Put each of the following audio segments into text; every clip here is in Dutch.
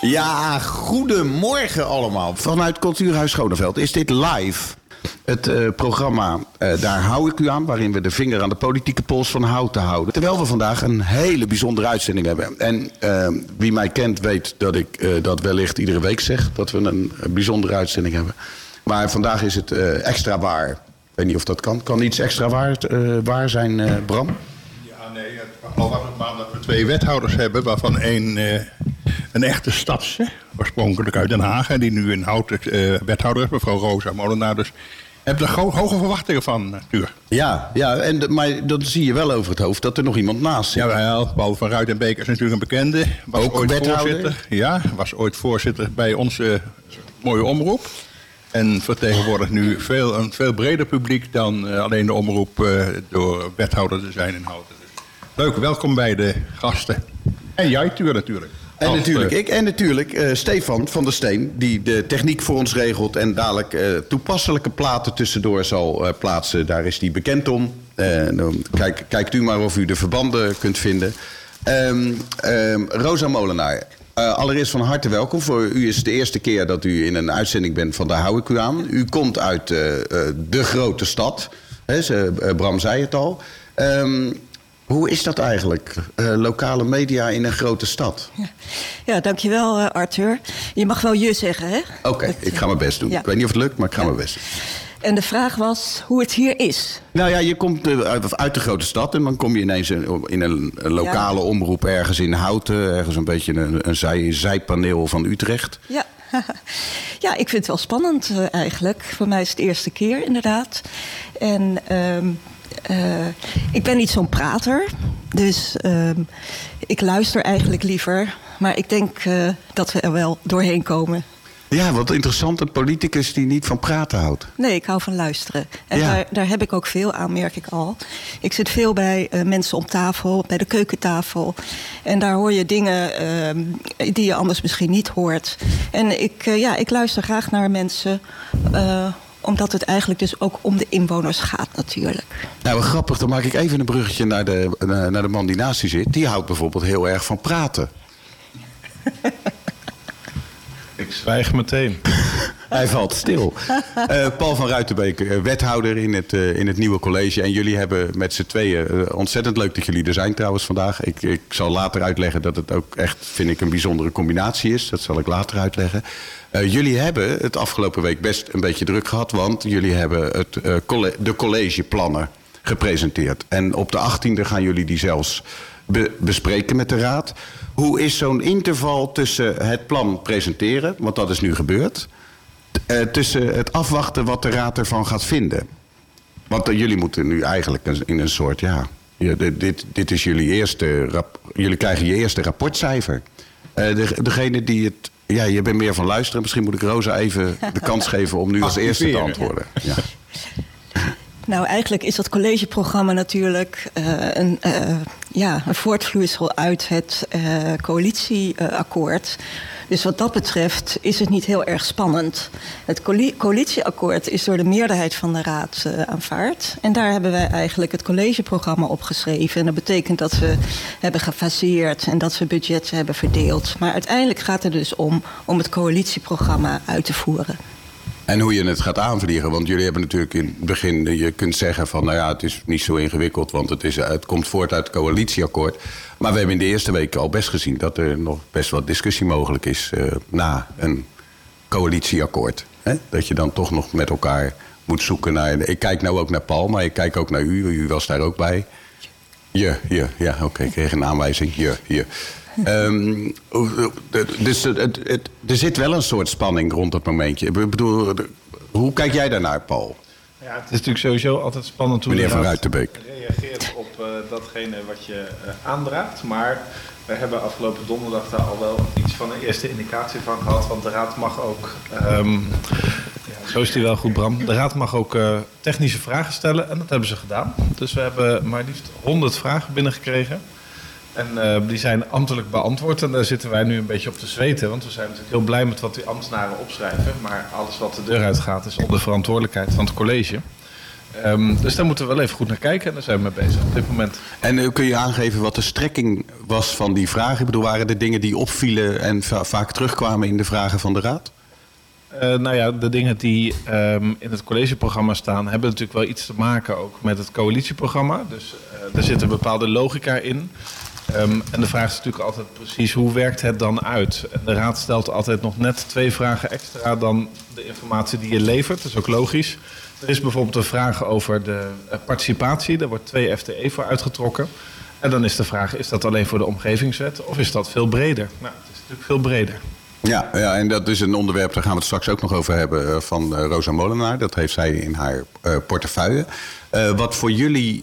Ja, goedemorgen allemaal. Vanuit Cultuurhuis Schoneveld is dit live. Het programma Daar hou ik u aan, waarin we de vinger aan de politieke pols van Houten houden. Terwijl we vandaag een hele bijzondere uitzending hebben. En wie mij kent weet dat ik dat wellicht iedere week zeg, dat we een bijzondere uitzending hebben. Maar vandaag is het extra waar. Ik weet niet of dat kan. Kan iets extra waar zijn, Bram? Ja, nee. Al was het maar dat we 2 wethouders hebben, waarvan één een echte stadse, oorspronkelijk uit Den Haag, en die nu in Houten wethouder is, mevrouw Rosa Molenaar. Dus heb er hoge verwachtingen van, natuurlijk. Ja, maar dat zie je wel over het hoofd, dat er nog iemand naast zit. Jawel, Paul van Ruitenbeek is natuurlijk een bekende. Was ook ooit wethouder? Voorzitter. Ja, was ooit voorzitter bij onze mooie omroep. En vertegenwoordigt nu een veel breder publiek dan alleen de omroep door wethouder te zijn in Houten. Dus leuk, welkom bij de gasten. En jij, Tuur, natuurlijk. En natuurlijk ik. En natuurlijk Stefan van der Steen, die de techniek voor ons regelt en dadelijk toepasselijke platen tussendoor zal plaatsen. Daar is hij bekend om. Kijkt u maar of u de verbanden kunt vinden. Rosa Molenaar, allereerst van harte welkom. Voor u is het de eerste keer dat u in een uitzending bent van Daar hou ik u aan. U komt uit de grote stad. Bram zei het al. Hoe is dat eigenlijk, lokale media in een grote stad? Ja, dankjewel Arthur. Je mag wel je zeggen, hè? Oké, ik ga mijn best doen. Ja. Ik weet niet of het lukt, maar ik ga mijn best doen. En de vraag was hoe het hier is. Nou ja, je komt uit de grote stad en dan kom je ineens in een lokale omroep ergens in Houten. Ergens een beetje een zijpaneel van Utrecht. Ja. Ja, ik vind het wel spannend eigenlijk. Voor mij is het de eerste keer inderdaad. En ik ben niet zo'n prater, dus ik luister eigenlijk liever. Maar ik denk dat we er wel doorheen komen. Ja, wat interessant, een politicus die niet van praten houdt. Nee, ik hou van luisteren. En ja. daar heb ik ook veel aan, merk ik al. Ik zit veel bij mensen om tafel, bij de keukentafel. En daar hoor je dingen die je anders misschien niet hoort. En ik luister graag naar mensen, omdat het eigenlijk dus ook om de inwoners gaat natuurlijk. Nou, grappig, dan maak ik even een bruggetje naar de man die naast u zit. Die houdt bijvoorbeeld heel erg van praten. Ik zwijg meteen. Hij valt stil. Paul van Ruitenbeek, wethouder in het nieuwe college. En jullie hebben met z'n tweeën, ontzettend leuk dat jullie er zijn trouwens vandaag. Ik zal later uitleggen dat het ook echt, vind ik, een bijzondere combinatie is. Dat zal ik later uitleggen. Jullie hebben het afgelopen week best een beetje druk gehad. Want jullie hebben de collegeplannen gepresenteerd. En op de 18e gaan jullie die zelfs bespreken met de raad. Hoe is zo'n interval tussen het plan presenteren, want dat is nu gebeurd, tussen het afwachten wat de raad ervan gaat vinden? Want jullie moeten nu eigenlijk in een soort, dit is jullie krijgen je eerste rapportcijfer. Degene die het, je bent meer van luisteren, misschien moet ik Rosa even de kans geven om nu als eerste te antwoorden. Ja. Nou, eigenlijk is dat collegeprogramma natuurlijk een voortvloeisel uit het coalitieakkoord. Dus wat dat betreft is het niet heel erg spannend. Het coalitieakkoord is door de meerderheid van de raad aanvaard. En daar hebben wij eigenlijk het collegeprogramma op geschreven. En dat betekent dat we hebben gefaseerd en dat we budgetten hebben verdeeld. Maar uiteindelijk gaat het dus om het coalitieprogramma uit te voeren. En hoe je het gaat aanvliegen. Want jullie hebben natuurlijk in het begin, je kunt zeggen van, het is niet zo ingewikkeld, want het komt voort uit het coalitieakkoord. Maar we hebben in de eerste weken al best gezien dat er nog best wat discussie mogelijk is na een coalitieakkoord. Hè? Dat je dan toch nog met elkaar moet zoeken naar. Ik kijk nou ook naar Paul, maar ik kijk ook naar u. U was daar ook bij. Oké, ik kreeg een aanwijzing. Dus er zit wel een soort spanning rond dat momentje. Ik bedoel, hoe kijk jij daarnaar, Paul? Ja, het is natuurlijk sowieso altijd spannend hoe Meneer je van Ruitenbeek reageert op datgene wat je aandraagt. Maar we hebben afgelopen donderdag daar al wel iets van een eerste indicatie van gehad. Want de raad mag ook, zo is die wel goed, Bram. De raad mag ook technische vragen stellen en dat hebben ze gedaan. Dus we hebben maar liefst 100 vragen binnengekregen. En die zijn ambtelijk beantwoord en daar zitten wij nu een beetje op te zweten. Want we zijn natuurlijk heel blij met wat die ambtenaren opschrijven. Maar alles wat de deur uitgaat is onder verantwoordelijkheid van het college. Dus daar moeten we wel even goed naar kijken en daar zijn we mee bezig op dit moment. En kun je aangeven wat de strekking was van die vragen? Ik bedoel, waren er dingen die opvielen en vaak terugkwamen in de vragen van de Raad? De dingen die in het collegeprogramma staan hebben natuurlijk wel iets te maken ook met het coalitieprogramma. Dus er zit een bepaalde logica in. En de vraag is natuurlijk altijd precies hoe werkt het dan uit? En de Raad stelt altijd nog net 2 vragen extra dan de informatie die je levert. Dat is ook logisch. Er is bijvoorbeeld een vraag over de participatie. Daar wordt 2 FTE voor uitgetrokken. En dan is de vraag, is dat alleen voor de omgevingswet of is dat veel breder? Nou, het is natuurlijk veel breder. Ja, en dat is een onderwerp, daar gaan we het straks ook nog over hebben, van Rosa Molenaar. Dat heeft zij in haar portefeuille. Wat voor jullie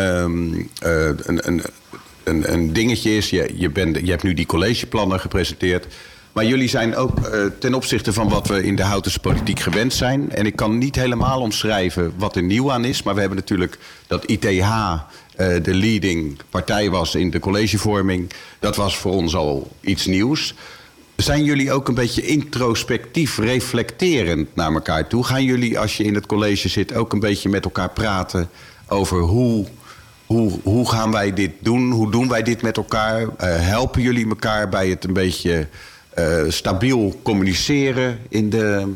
een dingetje is, je hebt nu die collegeplannen gepresenteerd. Maar jullie zijn ook ten opzichte van wat we in de Houtense politiek gewend zijn. En ik kan niet helemaal omschrijven wat er nieuw aan is. Maar we hebben natuurlijk dat ITH de leading partij was in de collegevorming. Dat was voor ons al iets nieuws. Zijn jullie ook een beetje introspectief, reflecterend naar elkaar toe? Gaan jullie, als je in het college zit, ook een beetje met elkaar praten over hoe gaan wij dit doen? Hoe doen wij dit met elkaar? Helpen jullie elkaar bij het een beetje stabiel communiceren in de...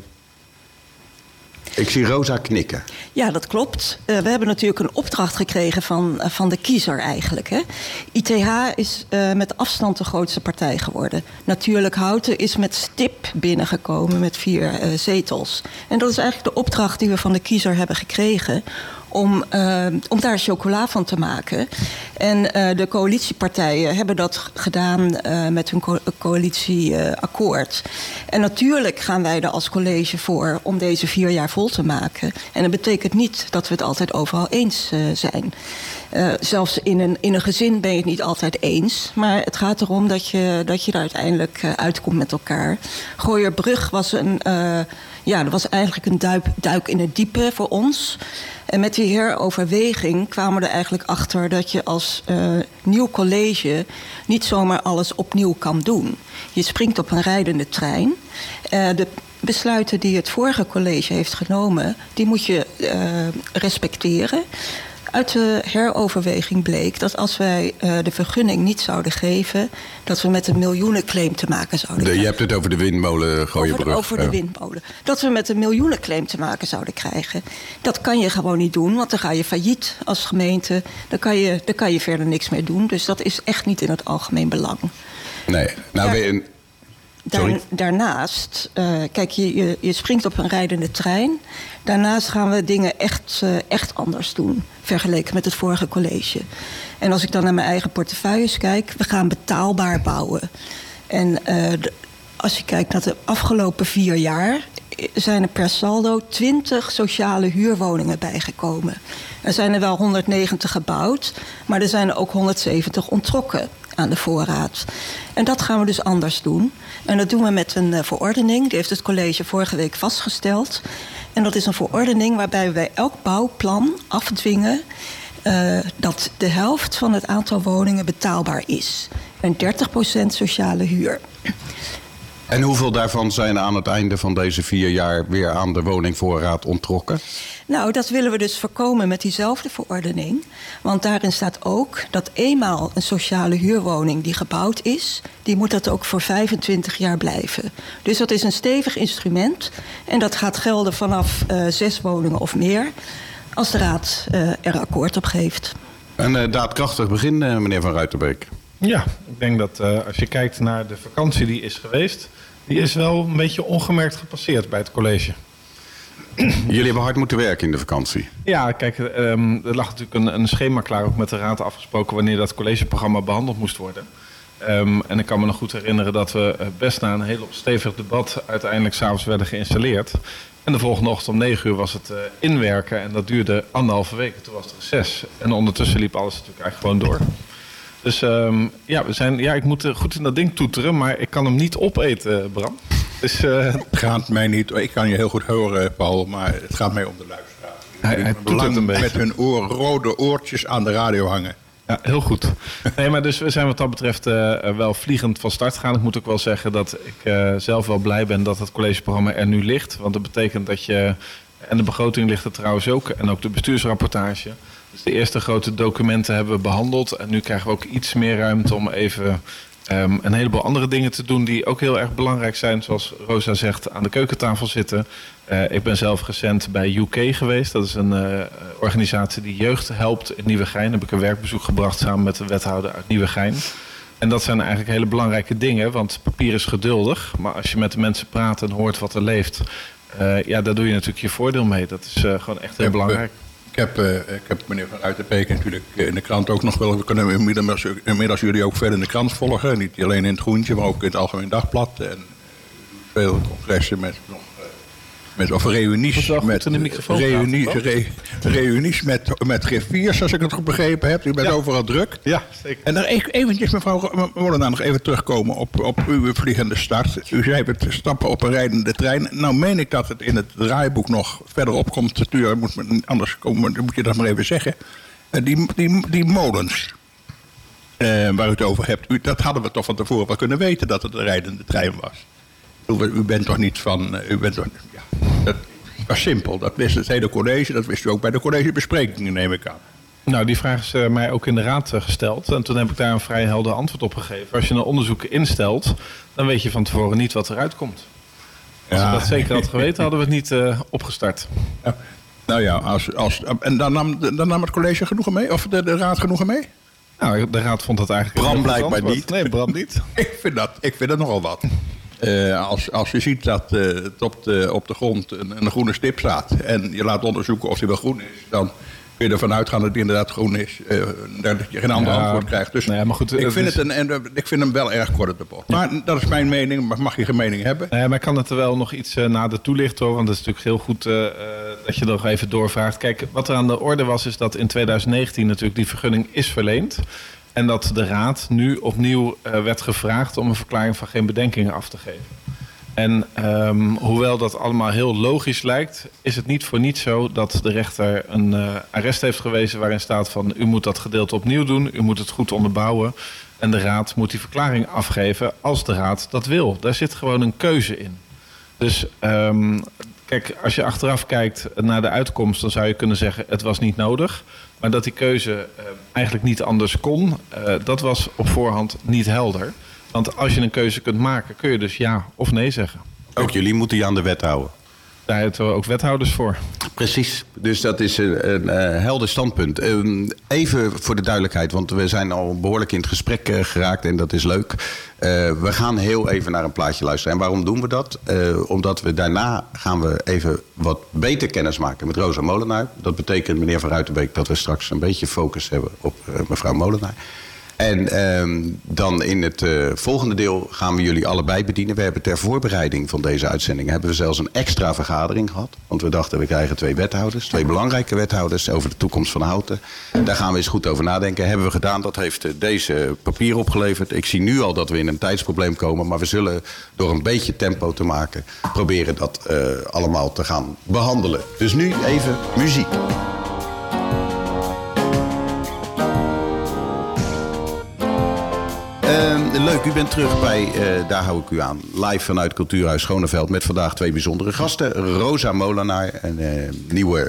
Ik zie Rosa knikken. Ja, dat klopt. We hebben natuurlijk een opdracht gekregen van de kiezer eigenlijk. Hè. ITH is met afstand de grootste partij geworden. Natuurlijk Houten is met stip binnengekomen met 4 zetels. En dat is eigenlijk de opdracht die we van de kiezer hebben gekregen om daar chocola van te maken. En de coalitiepartijen hebben dat gedaan met hun coalitieakkoord. En natuurlijk gaan wij er als college voor om deze 4 jaar vol te maken. En dat betekent niet dat we het altijd overal eens zijn. Zelfs in een gezin ben je het niet altijd eens. Maar het gaat erom dat je er uiteindelijk uitkomt met elkaar. Gooierbrug was dat was eigenlijk een duik in het diepe voor ons. En met die heroverweging kwamen we er eigenlijk achter dat je als nieuw college niet zomaar alles opnieuw kan doen. Je springt op een rijdende trein. De besluiten die het vorige college heeft genomen, die moet je respecteren. Uit de heroverweging bleek dat als wij de vergunning niet zouden geven, dat we met een miljoenenclaim te maken zouden krijgen. Je hebt het over de windmolen Gooierbrug. Over de windmolen. Dat we met een miljoenenclaim te maken zouden krijgen. Dat kan je gewoon niet doen, want dan ga je failliet als gemeente. Dan kan je verder niks meer doen. Dus dat is echt niet in het algemeen belang. Nee, Daarnaast, kijk, je springt op een rijdende trein. Daarnaast gaan we dingen echt anders doen, vergeleken met het vorige college. En als ik dan naar mijn eigen portefeuilles kijk, we gaan betaalbaar bouwen. En als je kijkt naar de afgelopen 4 jaar, zijn er per saldo 20 sociale huurwoningen bijgekomen. Er zijn er wel 190 gebouwd, maar er zijn er ook 170 onttrokken aan de voorraad. En dat gaan we dus anders doen. En dat doen we met een verordening. Die heeft het college vorige week vastgesteld. En dat is een verordening waarbij we bij elk bouwplan afdwingen dat de helft van het aantal woningen betaalbaar is. En 30% sociale huur. En hoeveel daarvan zijn aan het einde van deze 4 jaar weer aan de woningvoorraad onttrokken? Nou, dat willen we dus voorkomen met diezelfde verordening. Want daarin staat ook dat eenmaal een sociale huurwoning die gebouwd is, die moet dat ook voor 25 jaar blijven. Dus dat is een stevig instrument. En dat gaat gelden vanaf 6 woningen of meer, als de Raad er akkoord op geeft. Een daadkrachtig begin, meneer Van Ruitenbeek. Ja, ik denk dat als je kijkt naar de vakantie die is geweest, die is wel een beetje ongemerkt gepasseerd bij het college. Jullie hebben hard moeten werken in de vakantie. Ja, kijk, er lag natuurlijk een schema klaar, ook met de Raad afgesproken, wanneer dat collegeprogramma behandeld moest worden. En ik kan me nog goed herinneren dat we best na een heel stevig debat uiteindelijk 's avonds werden geïnstalleerd. En de volgende ochtend om 9 uur was het inwerken en dat duurde 1,5 week. Toen was het reces. En ondertussen liep alles natuurlijk eigenlijk gewoon door. Dus ik moet goed in dat ding toeteren, maar ik kan hem niet opeten, Bram. Dus, het gaat mij niet, ik kan je heel goed horen, Paul, maar het gaat mij om de luisteraar. Hij toetert een beetje. Met hun rode oortjes aan de radio hangen. Ja, heel goed. Nee, maar dus we zijn wat dat betreft wel vliegend van start gegaan. Ik moet ook wel zeggen dat ik zelf wel blij ben dat het collegeprogramma er nu ligt. Want dat betekent dat je En de begroting ligt er trouwens ook. En ook de bestuursrapportage. Dus de eerste grote documenten hebben we behandeld. En nu krijgen we ook iets meer ruimte om even een heleboel andere dingen te doen die ook heel erg belangrijk zijn. Zoals Rosa zegt, aan de keukentafel zitten. Ik ben zelf recent bij UK geweest. Dat is een organisatie die jeugd helpt in Nieuwegein. Daar heb ik een werkbezoek gebracht samen met de wethouder uit Nieuwegein. En dat zijn eigenlijk hele belangrijke dingen, want papier is geduldig. Maar als je met de mensen praat en hoort wat er leeft, daar doe je natuurlijk je voordeel mee. Dat is gewoon echt heel belangrijk. Ik heb meneer Van Ruitenbeek natuurlijk in de krant ook nog wel. We kunnen inmiddels jullie ook verder in de krant volgen. Niet alleen in het Groentje, maar ook in het Algemeen Dagblad. En veel congressen of reunies. Reunies met griffiers, als ik het goed begrepen heb. U bent overal druk. Ja, zeker. En dan eventjes, mevrouw Molenaar, nog even terugkomen op uw vliegende start. U zei het stappen op een rijdende trein. Nou meen ik dat het in het draaiboek nog verderop komt. Anders moet je dat maar even zeggen. Die molens waar u het over hebt, dat hadden we toch van tevoren wel kunnen weten dat het een rijdende trein was. U bent toch niet van... dat was simpel. Dat wist het hele college. Dat wist u ook bij de collegebesprekingen, neem ik aan. Nou, die vraag is mij ook in de raad gesteld. En toen heb ik daar een vrij helder antwoord op gegeven. Als je een onderzoek instelt, dan weet je van tevoren niet wat eruit komt. Als we dat zeker had geweten, hadden we het niet opgestart. Ja. Nou ja, en dan nam het college genoegen mee? Of de raad genoegen mee? Nou, de raad vond dat eigenlijk... Bram blijkbaar niet. Nee, Bram niet. Ik vind dat nogal wat. Als je ziet dat het op de grond een groene stip staat en je laat onderzoeken of die wel groen is, dan kun je ervan uitgaan dat het inderdaad groen is. Dat je geen ander antwoord krijgt. Dus nee, maar goed, ik vind hem wel erg kort op de bocht. Maar dat is mijn mening. Mag je geen mening hebben? Nee, maar ik kan het er wel nog iets nader toelichten, hoor. Want het is natuurlijk heel goed dat je er nog even doorvraagt. Kijk, wat er aan de orde was, is dat in 2019 natuurlijk die vergunning is verleend. En dat de raad nu opnieuw werd gevraagd om een verklaring van geen bedenkingen af te geven. En hoewel dat allemaal heel logisch lijkt, is het niet voor niets zo dat de rechter een arrest heeft gewezen waarin staat van u moet dat gedeelte opnieuw doen, u moet het goed onderbouwen. En de raad moet die verklaring afgeven als de raad dat wil. Daar zit gewoon een keuze in. Dus kijk, als je achteraf kijkt naar de uitkomst, dan zou je kunnen zeggen het was niet nodig. Maar dat die keuze eigenlijk niet anders kon, dat was op voorhand niet helder. Want als je een keuze kunt maken, kun je dus ja of nee zeggen. Ook jullie moeten je aan de wet houden. Daar hebben we ook wethouders voor. Precies, dus dat is een helder standpunt. Even voor de duidelijkheid, want we zijn al behoorlijk in het gesprek geraakt en dat is leuk. We gaan heel even naar een plaatje luisteren. En waarom doen we dat? Omdat we daarna gaan we even wat beter kennis maken met Rosa Molenaar. Dat betekent, meneer Van Ruitenbeek, dat we straks een beetje focus hebben op mevrouw Molenaar. En dan in het volgende deel gaan we jullie allebei bedienen. We hebben ter voorbereiding van deze uitzending hebben we zelfs een extra vergadering gehad. Want we dachten, we krijgen 2 wethouders, 2 belangrijke wethouders over de toekomst van Houten. Daar gaan we eens goed over nadenken. Hebben we gedaan, dat heeft deze papier opgeleverd. Ik zie nu al dat we in een tijdsprobleem komen. Maar we zullen door een beetje tempo te maken proberen dat allemaal te gaan behandelen. Dus nu even muziek. Leuk, u bent terug bij Daar hou ik u aan. Live vanuit Cultuurhuis Schoneveld met vandaag 2 bijzondere gasten. Rosa Molenaar, een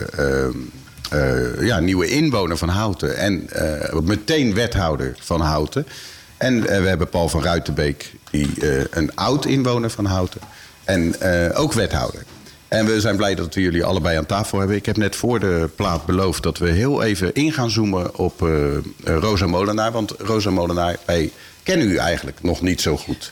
nieuwe inwoner van Houten. En meteen wethouder van Houten. En we hebben Paul van Ruitenbeek, een oud inwoner van Houten. En ook wethouder. En we zijn blij dat we jullie allebei aan tafel hebben. Ik heb net voor de plaat beloofd dat we heel even in gaan zoomen op Rosa Molenaar. Want Rosa Molenaar, wij kennen u eigenlijk nog niet zo goed.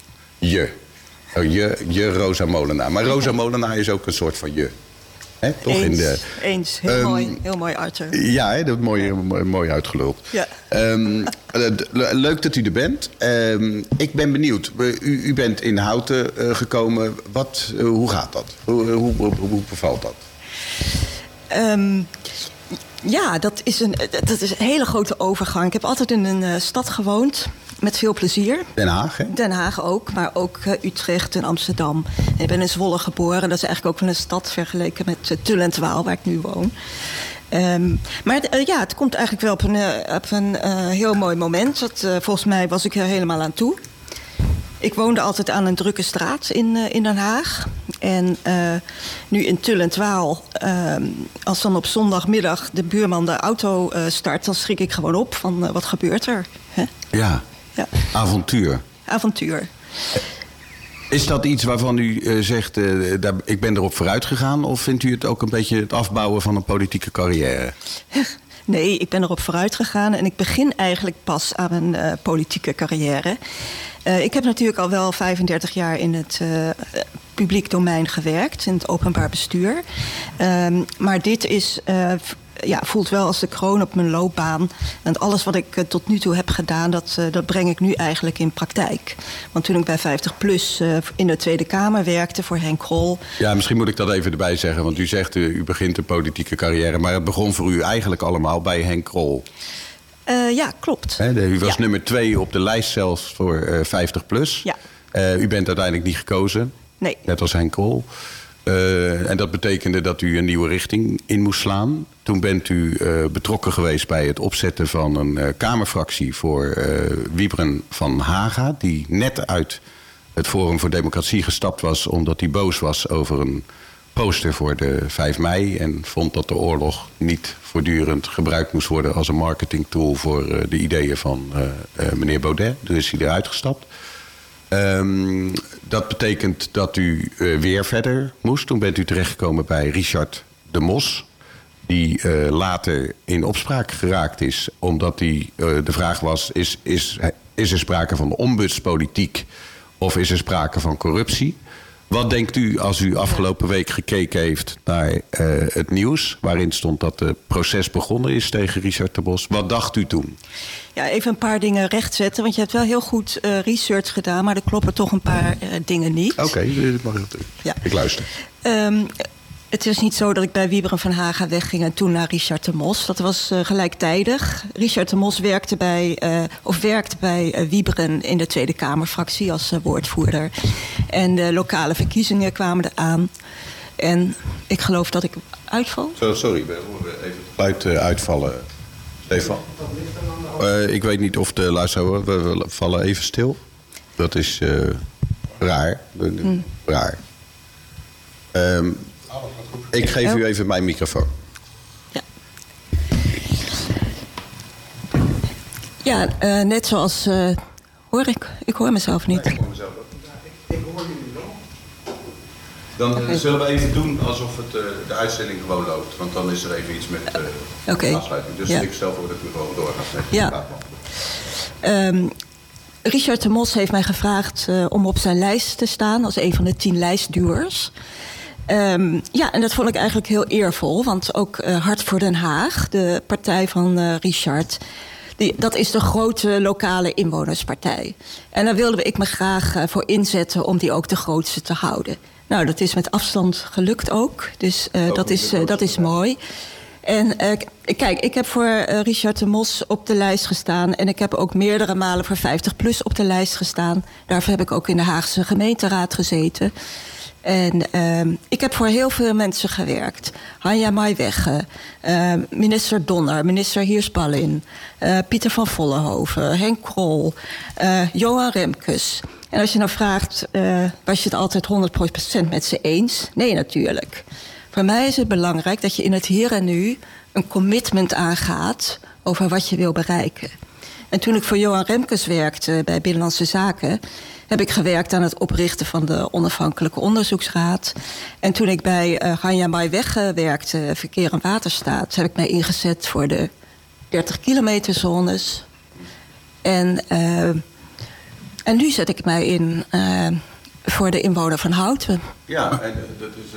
Je Rosa Molenaar. Maar Rosa Molenaar is ook een soort van je. Hè? Toch? Eens. Heel mooi, Arthur. Ja, dat mooi uitgeluld. Ja. Leuk dat u er bent. Ik ben benieuwd. U bent in Houten gekomen. Hoe gaat dat? Hoe bevalt dat? Ja, dat is een hele grote overgang. Ik heb altijd in een stad gewoond. Met veel plezier. Den Haag, hè? Den Haag ook, maar ook Utrecht en Amsterdam. En ik ben in Zwolle geboren. Dat is eigenlijk ook wel een stad vergeleken met Tull en 't Waal, waar ik nu woon. Maar het komt eigenlijk wel op een heel mooi moment. Volgens mij was ik er helemaal aan toe. Ik woonde altijd aan een drukke straat in Den Haag. En nu in Tull en Twaal, als dan op zondagmiddag de buurman de auto start, dan schrik ik gewoon op van wat gebeurt er? Hè? Ja, avontuur. Avontuur. Is dat iets waarvan u zegt, ik ben erop vooruit gegaan? Of vindt u het ook een beetje het afbouwen van een politieke carrière? Nee, ik ben erop vooruit gegaan en ik begin eigenlijk pas aan mijn politieke carrière. Ik heb natuurlijk al wel 35 jaar in het publiek domein gewerkt, in het openbaar bestuur. Maar dit is, voelt wel als de kroon op mijn loopbaan. En alles wat ik tot nu toe heb gedaan, dat breng ik nu eigenlijk in praktijk. Want toen ik bij 50PLUS in de Tweede Kamer werkte voor Henk Krol. Ja, misschien moet ik dat even erbij zeggen. Want u zegt, u begint een politieke carrière. Maar het begon voor u eigenlijk allemaal bij Henk Krol. Ja, klopt. U was nummer 2 op de lijst zelfs voor 50PLUS. Ja. U bent uiteindelijk niet gekozen. Nee. Net als Henk Krol. En dat betekende dat u een nieuwe richting in moest slaan. Toen bent u betrokken geweest bij het opzetten van een Kamerfractie voor Wiebren van Haga. Die net uit het Forum voor Democratie gestapt was omdat hij boos was over een poster voor de 5 mei. En vond dat de oorlog niet voortdurend gebruikt moest worden als een marketingtool voor de ideeën van meneer Baudet. Dus is hij eruit gestapt. Dat betekent dat u weer verder moest. Toen bent u terechtgekomen bij Richard de Mos. Die later in opspraak geraakt is. Omdat de vraag was, is er sprake van ombudspolitiek of is er sprake van corruptie? Wat denkt u als u afgelopen week gekeken heeft naar het nieuws, waarin stond dat het proces begonnen is tegen Richard de Mos? Wat dacht u toen? Ja, even een paar dingen rechtzetten, want je hebt wel heel goed research gedaan, maar er kloppen toch een paar dingen niet. Oké, ja. Ik luister. Het is niet zo dat ik bij Wiebren van Haga wegging en toen naar Richard de Mos. Dat was gelijktijdig. Richard de Mos werkt bij Wiebren in de Tweede Kamerfractie als woordvoerder. En de lokale verkiezingen kwamen eraan. En ik geloof dat ik uitval. Sorry, we horen even het geluid uitvallen. Stefan? Ik weet niet of de luisteraar, we vallen even stil. Dat is raar. Raar. Ik geef u even mijn microfoon. Ja, net zoals... hoor ik? Ik hoor mezelf niet. Ik hoor mezelf ook. Ik hoor jullie wel. Dan zullen we even doen alsof het de uitzending gewoon loopt. Want dan is er even iets met afsluiting. Dus ik stel voor dat we gewoon doorgaan. Ja. Richard de Mos heeft mij gevraagd om op zijn lijst te staan als een van de 10 lijstduwers. En dat vond ik eigenlijk heel eervol. Want ook Hart voor Den Haag, de partij van Richard, dat is de grote lokale inwonerspartij. En daar wilde ik me graag voor inzetten om die ook de grootste te houden. Nou, dat is met afstand gelukt ook. Dus dat is mooi. En kijk, ik heb voor Richard de Mos op de lijst gestaan. En ik heb ook meerdere malen voor 50PLUS op de lijst gestaan. Daarvoor heb ik ook in de Haagse gemeenteraad gezeten. En ik heb voor heel veel mensen gewerkt. Hanja Maaiwegge, minister Donner, minister Heersbalin, Pieter van Vollenhoven, Henk Krol, Johan Remkes. En als je nou vraagt, was je het altijd 100% met ze eens? Nee, natuurlijk. Voor mij is het belangrijk dat je in het hier en nu een commitment aangaat over wat je wil bereiken. En toen ik voor Johan Remkes werkte bij Binnenlandse Zaken, heb ik gewerkt aan het oprichten van de onafhankelijke onderzoeksraad. En toen ik bij Hanja Maaiwegge werkte, Verkeer en Waterstaat, heb ik mij ingezet voor de 30 kilometer zones. En nu zet ik mij in voor de inwoner van Houten. Ja, en dat is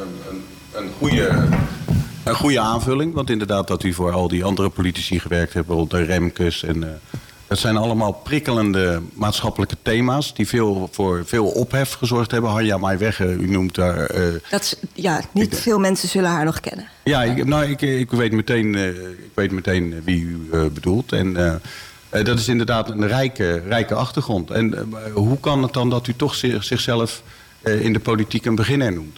een goede aanvulling. Want inderdaad dat u voor al die andere politici gewerkt hebt, bijvoorbeeld de Remkes. En dat zijn allemaal prikkelende maatschappelijke thema's die voor veel ophef gezorgd hebben. Hanja Maaiwegge, u noemt daar... niet veel mensen zullen haar nog kennen. Ja, ik weet meteen wie u bedoelt. En dat is inderdaad een rijke achtergrond. En hoe kan het dan dat u toch zichzelf in de politiek een beginner noemt?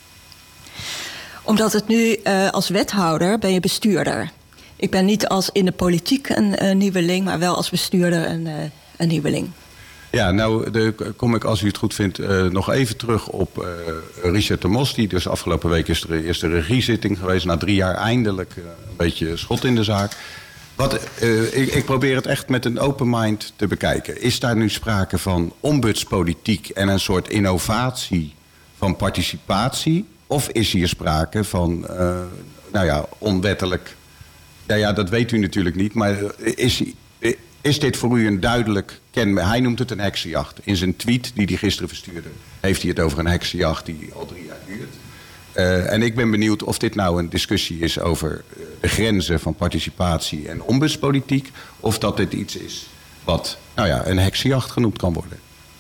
Omdat het nu als wethouder ben je bestuurder. Ik ben niet als in de politiek een nieuweling, maar wel als bestuurder een nieuweling. Ja, nou kom ik, als u het goed vindt, nog even terug op Richard de Mos. Die dus afgelopen week is de regiezitting geweest. Na 3 jaar eindelijk een beetje schot in de zaak. Ik probeer het echt met een open mind te bekijken. Is daar nu sprake van ombudspolitiek en een soort innovatie van participatie? Of is hier sprake van, onwettelijk... Nou ja, dat weet u natuurlijk niet, maar is dit voor u een duidelijk kenmerk? Hij noemt het een heksenjacht. In zijn tweet die hij gisteren verstuurde, heeft hij het over een heksenjacht die al 3 jaar duurt. En ik ben benieuwd of dit nou een discussie is over de grenzen van participatie en ombudspolitiek. Of dat dit iets is wat een heksenjacht genoemd kan worden.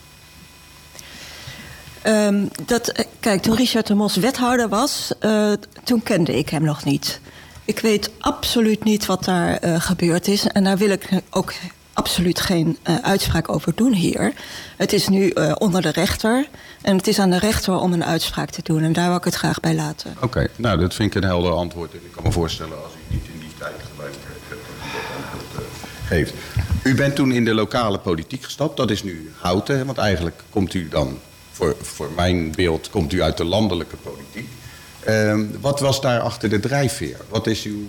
Kijk, toen Richard de Mos wethouder was, toen kende ik hem nog niet. Ik weet absoluut niet wat daar gebeurd is. En daar wil ik ook absoluut geen uitspraak over doen hier. Het is nu onder de rechter. En het is aan de rechter om een uitspraak te doen. En daar wil ik het graag bij laten. Oké, nou dat vind ik een helder antwoord. En ik kan me voorstellen als u niet in die tijd gelijk geeft. U bent toen in de lokale politiek gestapt. Dat is nu Houten. Want eigenlijk komt u dan, voor mijn beeld, komt u uit de landelijke politiek. Wat was daar achter de drijfveer? Wat is uw...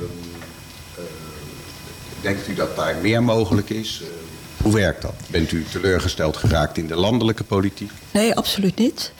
denkt u dat daar meer mogelijk is? Hoe werkt dat? Bent u teleurgesteld geraakt in de landelijke politiek? Nee, absoluut niet.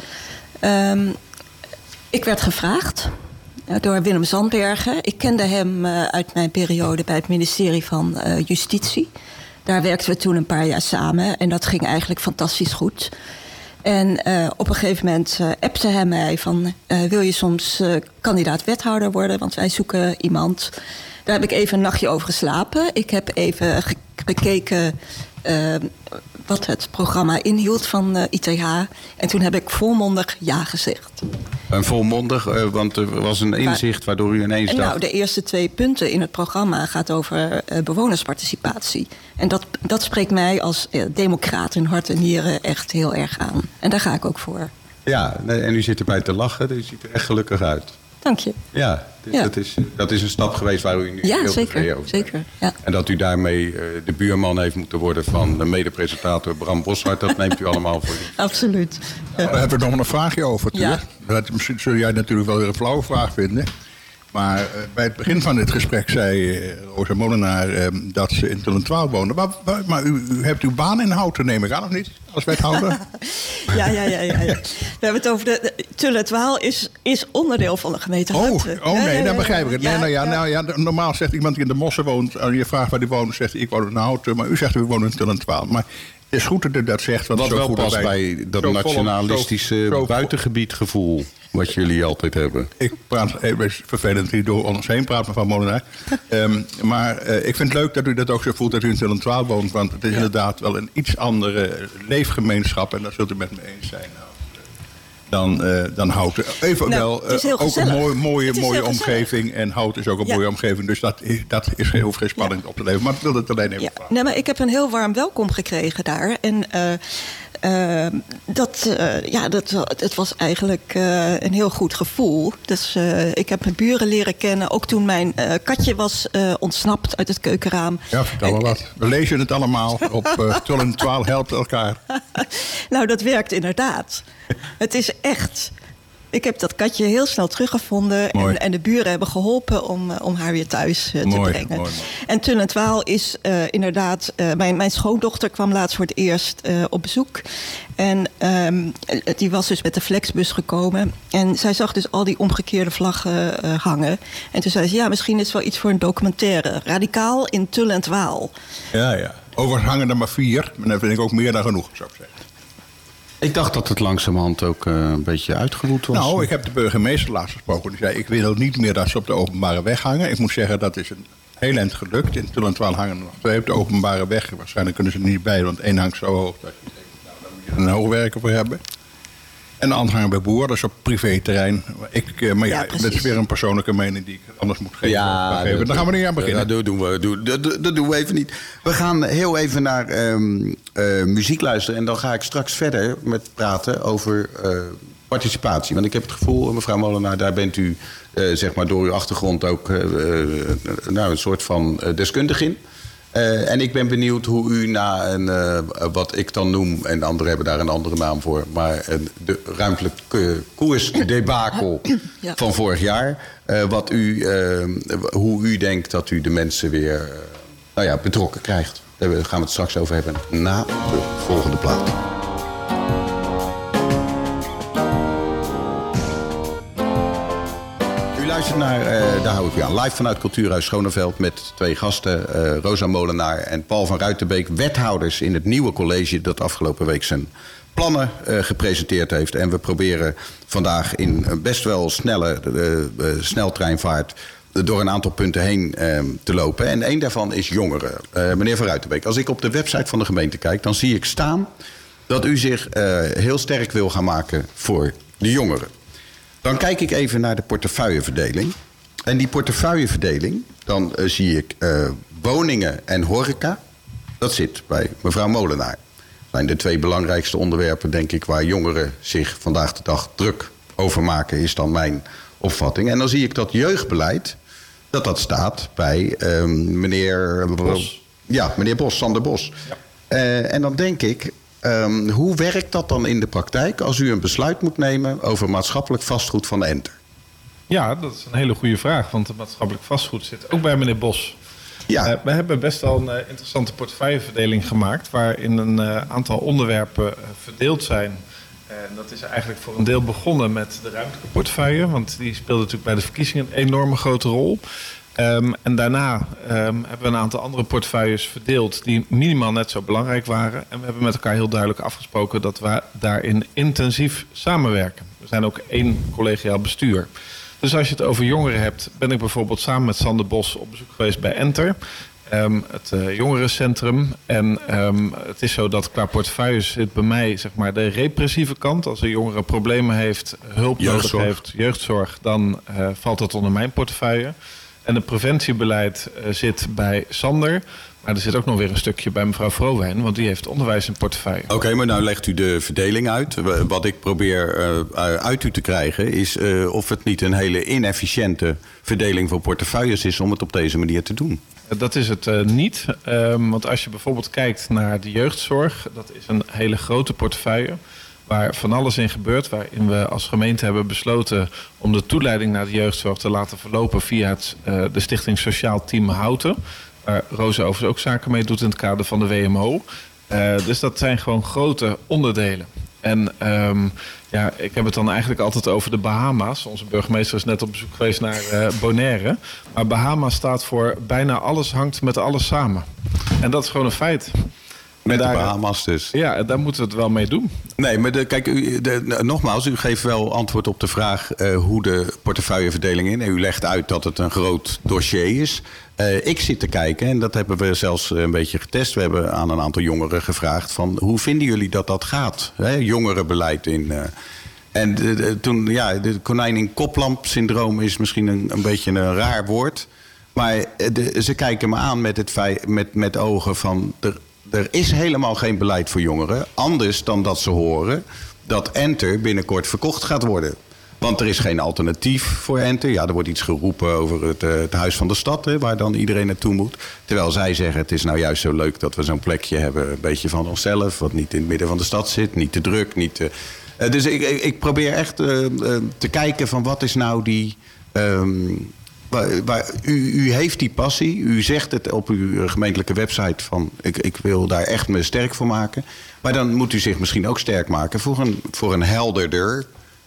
Ik werd gevraagd door Willem Zandbergen. Ik kende hem uit mijn periode bij het ministerie van Justitie. Daar werkten we toen een paar jaar samen. En dat ging eigenlijk fantastisch goed. En op een gegeven moment appte hij mij van... wil je soms kandidaat wethouder worden? Want wij zoeken iemand. Daar heb ik even een nachtje over geslapen. Ik heb even bekeken wat het programma inhield van ITH. En toen heb ik volmondig ja gezegd. En volmondig, want er was een inzicht waardoor u ineens dacht... Nou, de eerste 2 punten in het programma gaat over bewonersparticipatie. En dat spreekt mij als democraat in hart en nieren echt heel erg aan. En daar ga ik ook voor. Ja, en u zit erbij te lachen, u ziet er echt gelukkig uit. Dank je. Ja, dus dat is een stap geweest waar u nu heel tevreden over bent. Zeker. Ja. En dat u daarmee de buurman heeft moeten worden van de mede-presentator Bram Boshart, dat neemt u allemaal voor u. Absoluut. Ja. Daar hebben we nog een vraagje over. Ja. Misschien zul jij natuurlijk wel weer een flauwe vraag vinden. Maar bij het begin van dit gesprek zei Rosa Molenaar dat ze in Tullentwaal woonde. Maar u hebt uw baan in Houten, neem ik aan, of niet? Als wethouder? Ja. We hebben het over Tullentwaal is onderdeel van de gemeente Houten. Dan begrijp ik het. Normaal zegt iemand die in de Mossen woont, als je vraagt waar die woont, zegt ik woon in Houten. Maar u zegt u woont in Tullentwaal. Maar het is goed dat u dat zegt. Wat wel past bij dat nationalistische buitengebiedgevoel wat jullie altijd hebben. Ik praat even vervelend die door ons heen praat, mevrouw Molenaar. Maar ik vind het leuk dat u dat ook zo voelt dat u in Tullentwaal woont. Want het is inderdaad wel een iets andere leefgemeenschap. En dat zult u met me eens zijn. Dan Houten. Ook een mooie omgeving. En Houten is ook een mooie omgeving. Dus dat hoeft geen spanning op te leveren. Maar ik wilde het alleen even vragen. Nee, maar ik heb een heel warm welkom gekregen daar. En het was eigenlijk een heel goed gevoel. Dus ik heb mijn buren leren kennen. Ook toen mijn katje was ontsnapt uit het keukenraam. Ja, vertel maar wat. We lezen het allemaal op Tullentwaal helpt elkaar. Nou, dat werkt inderdaad. Het is echt... Ik heb dat katje heel snel teruggevonden. En de buren hebben geholpen om haar weer thuis te brengen. Mooi. En Tullentwaal is inderdaad... Mijn schoondochter kwam laatst voor het eerst op bezoek. En die was dus met de Flexbus gekomen. En zij zag dus al die omgekeerde vlaggen hangen. En toen zei ze, misschien is het wel iets voor een documentaire. Radicaal in Tullentwaal. Ja. Overigens hangen er maar 4. Maar dat vind ik ook meer dan genoeg, zou ik zeggen. Ik dacht dat het langzamerhand ook een beetje uitgewoed was. Nou, ik heb de burgemeester laatst gesproken. Die zei, ik wil niet meer dat ze op de openbare weg hangen. Ik moet zeggen, dat is een heel eind gelukt. In Tullentwaal hangen er nog 2 op de openbare weg. Waarschijnlijk kunnen ze er niet bij, want 1 hangt zo hoog. Dat je denkt, daar moet je een hoogwerker voor hebben. En de ander hangen bij Boer, dat is op privéterrein. Dat is weer een persoonlijke mening die ik anders moet geven. Daar gaan we niet aan beginnen. Dat doen we even niet. We gaan heel even naar muziek luisteren. En dan ga ik straks verder met praten over participatie. Want ik heb het gevoel, mevrouw Molenaar, daar bent u door uw achtergrond ook een soort van deskundig in. En ik ben benieuwd hoe u na wat ik dan noem, en anderen hebben daar een andere naam voor, maar de ruimtelijke koersdebakel van vorig jaar, hoe u denkt dat u de mensen weer betrokken krijgt. Daar gaan we het straks over hebben na de volgende plaat. Luister naar, daar hou ik u aan. Live vanuit Cultuurhuis Schoneveld met 2 gasten. Rosa Molenaar en Paul van Ruitenbeek. Wethouders in het nieuwe college dat afgelopen week zijn plannen gepresenteerd heeft. En we proberen vandaag in best wel snelle sneltreinvaart door een aantal punten heen te lopen. En één daarvan is jongeren. Meneer van Ruitenbeek, als ik op de website van de gemeente kijk, dan zie ik staan dat u zich heel sterk wil gaan maken voor de jongeren. Dan kijk ik even naar de portefeuilleverdeling. En die portefeuilleverdeling, dan zie ik woningen en horeca. Dat zit bij mevrouw Molenaar. Dat zijn de 2 belangrijkste onderwerpen, denk ik, waar jongeren zich vandaag de dag druk over maken, is dan mijn opvatting. En dan zie ik dat jeugdbeleid, dat staat bij meneer Bos. Ja, meneer Bos, Sander Bos. Ja. En dan denk ik, hoe werkt dat dan in de praktijk als u een besluit moet nemen over maatschappelijk vastgoed van Enter? Ja, dat is een hele goede vraag, want het maatschappelijk vastgoed zit ook bij meneer Bos. Ja. We hebben best wel een interessante portefeuilleverdeling gemaakt, waarin een aantal onderwerpen verdeeld zijn. En dat is eigenlijk voor een deel begonnen met de ruimtelijke portefeuille, want die speelde natuurlijk bij de verkiezingen een enorme grote rol. En daarna hebben we een aantal andere portefeuilles verdeeld die minimaal net zo belangrijk waren. En we hebben met elkaar heel duidelijk afgesproken dat we daarin intensief samenwerken. We zijn ook 1 collegiaal bestuur. Dus als je het over jongeren hebt, ben ik bijvoorbeeld samen met Sander Bos op bezoek geweest bij Enter. Het jongerencentrum. En het is zo dat qua portefeuilles zit bij mij zeg maar de repressieve kant. Als een jongere problemen heeft, hulp nodig heeft, jeugdzorg, dan valt dat onder mijn portefeuille. En het preventiebeleid zit bij Sander. Maar er zit ook nog weer een stukje bij mevrouw Vrowijn, want die heeft onderwijs in portefeuille. Oké, maar nou legt u de verdeling uit. Wat ik probeer uit u te krijgen is of het niet een hele inefficiënte verdeling van portefeuilles is om het op deze manier te doen. Dat is het niet. Want als je bijvoorbeeld kijkt naar de jeugdzorg, dat is een hele grote portefeuille waar van alles in gebeurt, waarin we als gemeente hebben besloten om de toeleiding naar de jeugdzorg te laten verlopen via de Stichting Sociaal Team Houten. Waar Rosa overigens ook zaken mee doet in het kader van de WMO. Dus dat zijn gewoon grote onderdelen. En ik heb het dan eigenlijk altijd over de Bahama's. Onze burgemeester is net op bezoek geweest naar Bonaire. Maar Bahama staat voor bijna alles hangt met alles samen. En dat is gewoon een feit. Met de Bahama's dus. Ja, daar moeten we het wel mee doen. Nee, maar nogmaals, u geeft wel antwoord op de vraag hoe de portefeuilleverdeling is. U legt uit dat het een groot dossier is. Ik zit te kijken, en dat hebben we zelfs een beetje getest. We hebben aan een aantal jongeren gevraagd van hoe vinden jullie dat gaat? Jongerenbeleid in... de konijn in koplamp syndroom is misschien een beetje een raar woord. Maar ze kijken me aan met het met ogen van... Er is helemaal geen beleid voor jongeren. Anders dan dat ze horen dat Enter binnenkort verkocht gaat worden. Want er is geen alternatief voor Enter. Ja, er wordt iets geroepen over het Huis van de Stad, waar dan iedereen naartoe moet. Terwijl zij zeggen, het is nou juist zo leuk dat we zo'n plekje hebben, een beetje van onszelf, wat niet in het midden van de stad zit, niet te druk, niet te... Dus ik probeer echt te kijken van wat is nou die... U heeft die passie. U zegt het op uw gemeentelijke website van ik wil daar echt me sterk voor maken. Maar dan moet u zich misschien ook sterk maken voor een helderder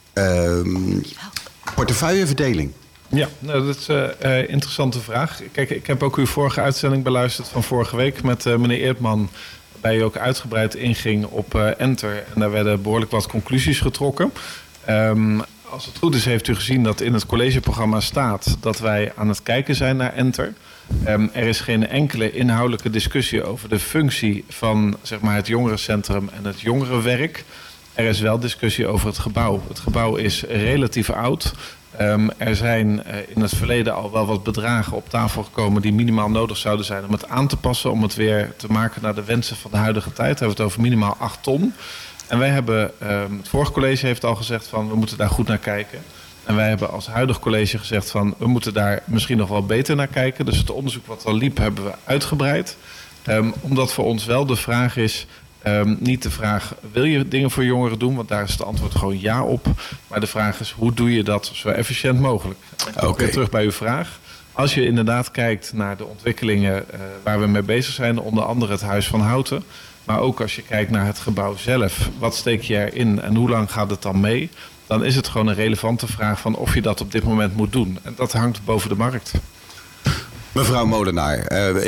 portefeuilleverdeling. Ja, dat is een interessante vraag. Kijk, ik heb ook uw vorige uitzending beluisterd van vorige week met meneer Eertman, waarbij u ook uitgebreid inging op Enter. En daar werden behoorlijk wat conclusies getrokken. Als het goed is, heeft u gezien dat in het collegeprogramma staat dat wij aan het kijken zijn naar Enter. Er is geen enkele inhoudelijke discussie over de functie van zeg maar, het jongerencentrum en het jongerenwerk. Er is wel discussie over het gebouw. Het gebouw is relatief oud. Er zijn in het verleden al wel wat bedragen op tafel gekomen die minimaal nodig zouden zijn om het aan te passen, om het weer te maken naar de wensen van de huidige tijd. We hebben het over minimaal 8 ton. En wij hebben, het vorige college heeft al gezegd van we moeten daar goed naar kijken. En wij hebben als huidig college gezegd van we moeten daar misschien nog wel beter naar kijken. Dus het onderzoek wat al liep hebben we uitgebreid. Omdat voor ons wel de vraag is, niet de vraag wil je dingen voor jongeren doen? Want daar is het antwoord gewoon ja op. Maar de vraag is hoe doe je dat zo efficiënt mogelijk? Ook weer terug bij uw vraag. Als je inderdaad kijkt naar de ontwikkelingen waar we mee bezig zijn. Onder andere het Huis van Houten. Maar ook als je kijkt naar het gebouw zelf. Wat steek je erin en hoe lang gaat het dan mee? Dan is het gewoon een relevante vraag van of je dat op dit moment moet doen. En dat hangt boven de markt. Mevrouw Molenaar,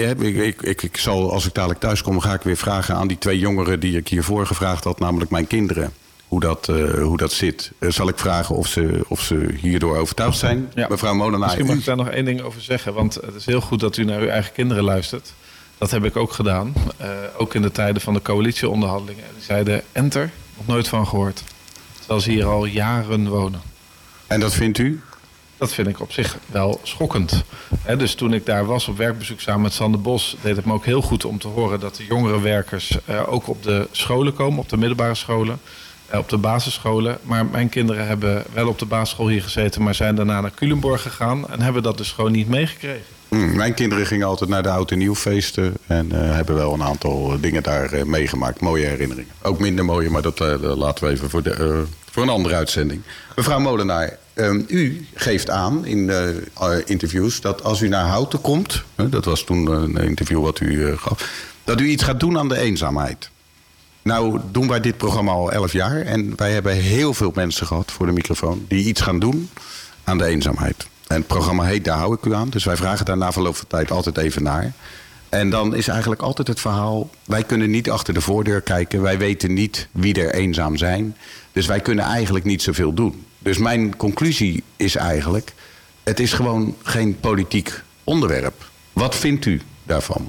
ik zal, als ik dadelijk thuis kom, ga ik weer vragen aan die 2 jongeren die ik hiervoor gevraagd had, namelijk mijn kinderen, hoe dat zit. Zal ik vragen of ze hierdoor overtuigd zijn? Ja. Mevrouw Molenaar. Misschien mag ik daar nog 1 ding over zeggen, want het is heel goed dat u naar uw eigen kinderen luistert. Dat heb ik ook gedaan, ook in de tijden van de coalitieonderhandelingen. Die zeiden, enter, nog nooit van gehoord. Terwijl ze hier al jaren wonen. En dat vindt u? Dat vind ik op zich wel schokkend. Dus toen ik daar was op werkbezoek samen met Sander Bos, deed het me ook heel goed om te horen dat de jongerenwerkers ook op de scholen komen, op de middelbare scholen, op de basisscholen. Maar mijn kinderen hebben wel op de basisschool hier gezeten, maar zijn daarna naar Culemborg gegaan en hebben dat dus gewoon niet meegekregen. Mijn kinderen gingen altijd naar de oud- en nieuwfeesten en hebben wel een aantal dingen daar meegemaakt. Mooie herinneringen. Ook minder mooie, maar dat laten we even voor een andere uitzending. Mevrouw Molenaar, u geeft aan in interviews dat als u naar Houten komt, dat was toen een interview wat u gaf, dat u iets gaat doen aan de eenzaamheid. Nou doen wij dit programma al 11 jaar en wij hebben heel veel mensen gehad voor de microfoon die iets gaan doen aan de eenzaamheid. En het programma heet Daar hou ik u aan. Dus wij vragen daar na verloop van tijd altijd even naar. En dan is eigenlijk altijd het verhaal, wij kunnen niet achter de voordeur kijken. Wij weten niet wie er eenzaam zijn. Dus wij kunnen eigenlijk niet zoveel doen. Dus mijn conclusie is eigenlijk, het is gewoon geen politiek onderwerp. Wat vindt u daarvan?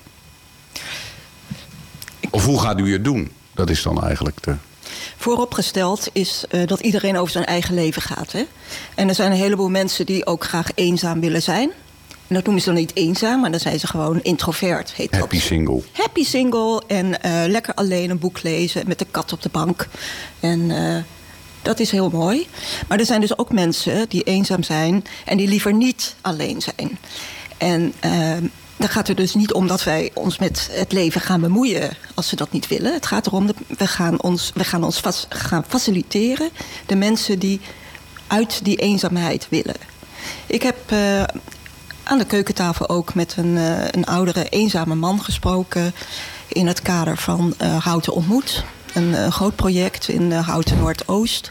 Of hoe gaat u het doen? Dat is dan eigenlijk de... Vooropgesteld is dat iedereen over zijn eigen leven gaat. Hè? En er zijn een heleboel mensen die ook graag eenzaam willen zijn. En dat noemen ze dan niet eenzaam, maar dan zijn ze gewoon introvert. Heet dat. Happy single. Happy single en lekker alleen een boek lezen met de kat op de bank. En dat is heel mooi. Maar er zijn dus ook mensen die eenzaam zijn en die liever niet alleen zijn. En dan gaat het dus niet om dat wij ons met het leven gaan bemoeien als ze dat niet willen. Het gaat erom dat we gaan faciliteren de mensen die uit die eenzaamheid willen. Ik heb aan de keukentafel ook met een oudere eenzame man gesproken in het kader van Houten Ontmoet. Een groot project in Houten Noordoost.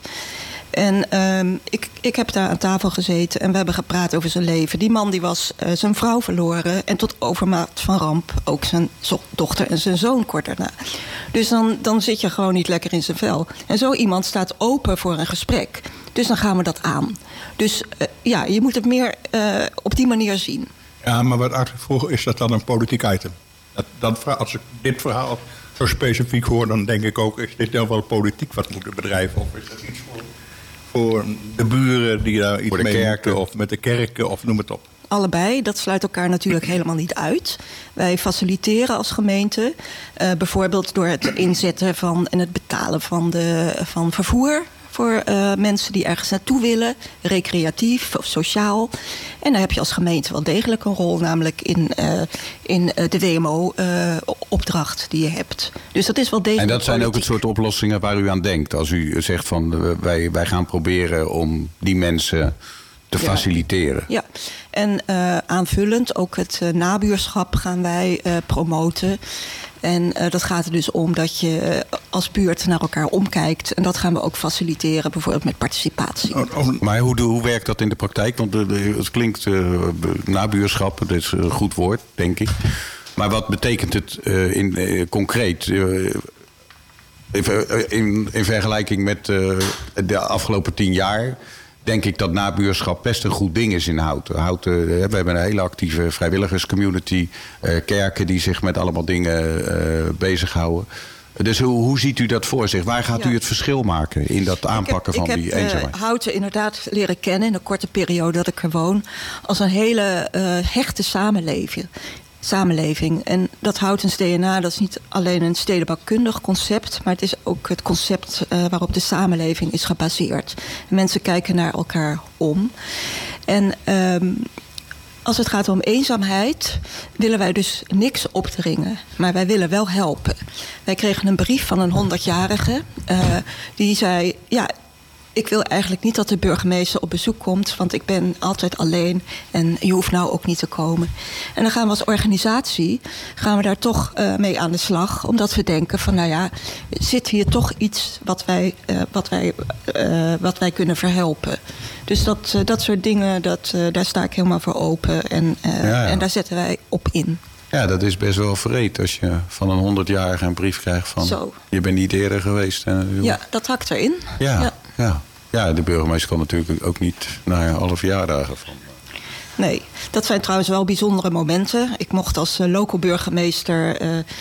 En ik heb daar aan tafel gezeten en we hebben gepraat over zijn leven. Die man die was zijn vrouw verloren en tot overmaat van ramp ook zijn dochter en zijn zoon kort daarna. Dus dan zit je gewoon niet lekker in zijn vel. En zo iemand staat open voor een gesprek. Dus dan gaan we dat aan. Dus je moet het meer op die manier zien. Ja, maar wat eigenlijk vroeg, is dat dan een politiek item? Als ik dit verhaal zo specifiek hoor, dan denk ik ook, is dit dan wel politiek wat moeten bedrijven? Of is dat iets voor de buren die daar iets mee moeten, of met de kerken, of noem het op? Allebei, dat sluit elkaar natuurlijk helemaal niet uit. Wij faciliteren als gemeente, bijvoorbeeld door het inzetten van en het betalen van vervoer voor mensen die ergens naartoe willen, recreatief of sociaal. En daar heb je als gemeente wel degelijk een rol, namelijk in de WMO-opdracht die je hebt. Dus dat is wel degelijk. En dat zijn politiek. ook het soort oplossingen waar u aan denkt. Als u zegt van wij gaan proberen om die mensen te faciliteren. Ja, en aanvullend ook het nabuurschap gaan wij promoten. En dat gaat er dus om dat je als buurt naar elkaar omkijkt. En dat gaan we ook faciliteren, bijvoorbeeld met participatie. Maar hoe werkt dat in de praktijk? Want het klinkt nabuurschap, dat is een goed woord, denk ik. Maar wat betekent het concreet? In vergelijking met de afgelopen 10 jaar... denk ik dat nabuurschap best een goed ding is in Houten. We hebben een hele actieve vrijwilligerscommunity. Kerken die zich met allemaal dingen bezighouden. Dus hoe ziet u dat voor zich? Waar gaat u het verschil maken in dat aanpakken van die eenzaamheid? Ik heb Houten inderdaad leren kennen in de korte periode dat ik er woon. Als een hele hechte samenleving. samenleving. En dat Houtens DNA, dat is niet alleen een stedenbouwkundig concept, maar het is ook het concept waarop de samenleving is gebaseerd. En mensen kijken naar elkaar om. En als het gaat om eenzaamheid, willen wij dus niks opdringen. Maar wij willen wel helpen. Wij kregen een brief van een 100-jarige. Die zei, ja, ik wil eigenlijk niet dat de burgemeester op bezoek komt, want ik ben altijd alleen en je hoeft nou ook niet te komen. En dan gaan we als organisatie daar toch mee aan de slag, omdat we denken van, nou ja, zit hier toch iets wat wij kunnen verhelpen. Dus dat soort dingen, daar sta ik helemaal voor open en daar zetten wij op in. Ja, dat is best wel vreed als je van een 100-jarige een brief krijgt van, Zo. Je bent niet eerder geweest. Ja, dat hakt erin. Ja, de burgemeester kan natuurlijk ook niet naar alle verjaardagen van. Nee, dat zijn trouwens wel bijzondere momenten. Ik mocht als local burgemeester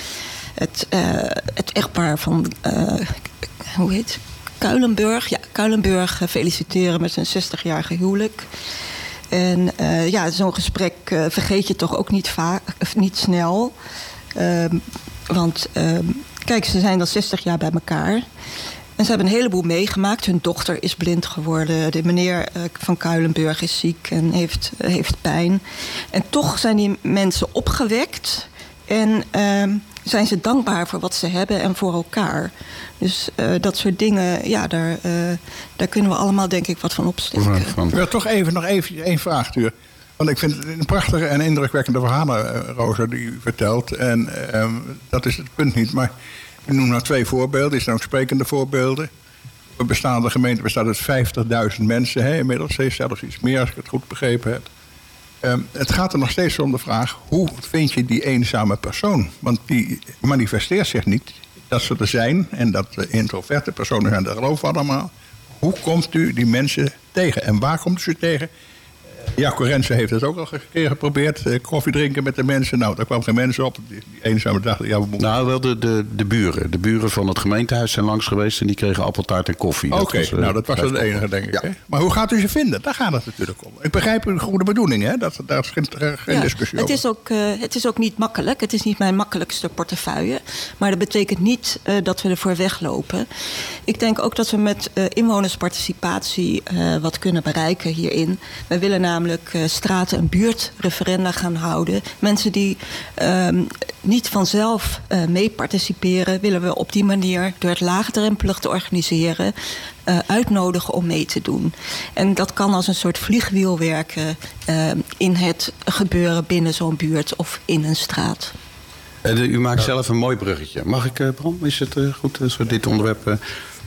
het echtpaar van, hoe heet Kuilenburg? Ja, Kuilenburg feliciteren met zijn 60-jarige huwelijk. En zo'n gesprek vergeet je toch ook niet snel. Want kijk, ze zijn al 60 jaar bij elkaar. En ze hebben een heleboel meegemaakt. Hun dochter is blind geworden. De meneer van Kuilenburg is ziek en heeft pijn. En toch zijn die mensen opgewekt. En zijn ze dankbaar voor wat ze hebben en voor elkaar. Dus dat soort dingen, ja, daar kunnen we allemaal denk ik wat van opsteken. Ik wil toch nog even één vraag sturen. Want ik vind het een prachtige en indrukwekkende verhalen, Rosa, die u vertelt. En dat is het punt niet. Maar ik noem nou 2 voorbeelden. Dit zijn ook sprekende voorbeelden. De gemeente bestaat uit 50.000 mensen. Hè, inmiddels zelfs iets meer, als ik het goed begrepen heb. Het gaat er nog steeds om de vraag, hoe vind je die eenzame persoon? Want die manifesteert zich niet dat ze er zijn en dat introverte personen zijn, dat geloven we allemaal. Hoe komt u die mensen tegen en waar komt u ze tegen? Jacco Rensen heeft het ook al een keer geprobeerd. Koffie drinken met de mensen. Nou, daar kwam geen mensen op. Die eenzame dachten, ja, we moeten... Nou, wel de buren. De buren van het gemeentehuis zijn langs geweest en die kregen appeltaart en koffie. Oké, dat was het enige, denk ik. Ja. Hè? Maar hoe gaat u ze vinden? Daar gaat het natuurlijk om. Ik begrijp uw goede bedoeling, hè? Daar is geen discussie over. Het is ook niet makkelijk. Het is niet mijn makkelijkste portefeuille. Maar dat betekent niet dat we ervoor weglopen. Ik denk ook dat we met inwonersparticipatie wat kunnen bereiken hierin. Wij willen namelijk straten- en buurtreferenda gaan houden. Mensen die niet vanzelf mee participeren, willen we op die manier, door het laagdrempelig te organiseren, uitnodigen om mee te doen. En dat kan als een soort vliegwiel werken in het gebeuren binnen zo'n buurt of in een straat. U maakt zelf een mooi bruggetje. Mag ik, Bram? Is het goed als we dit onderwerp...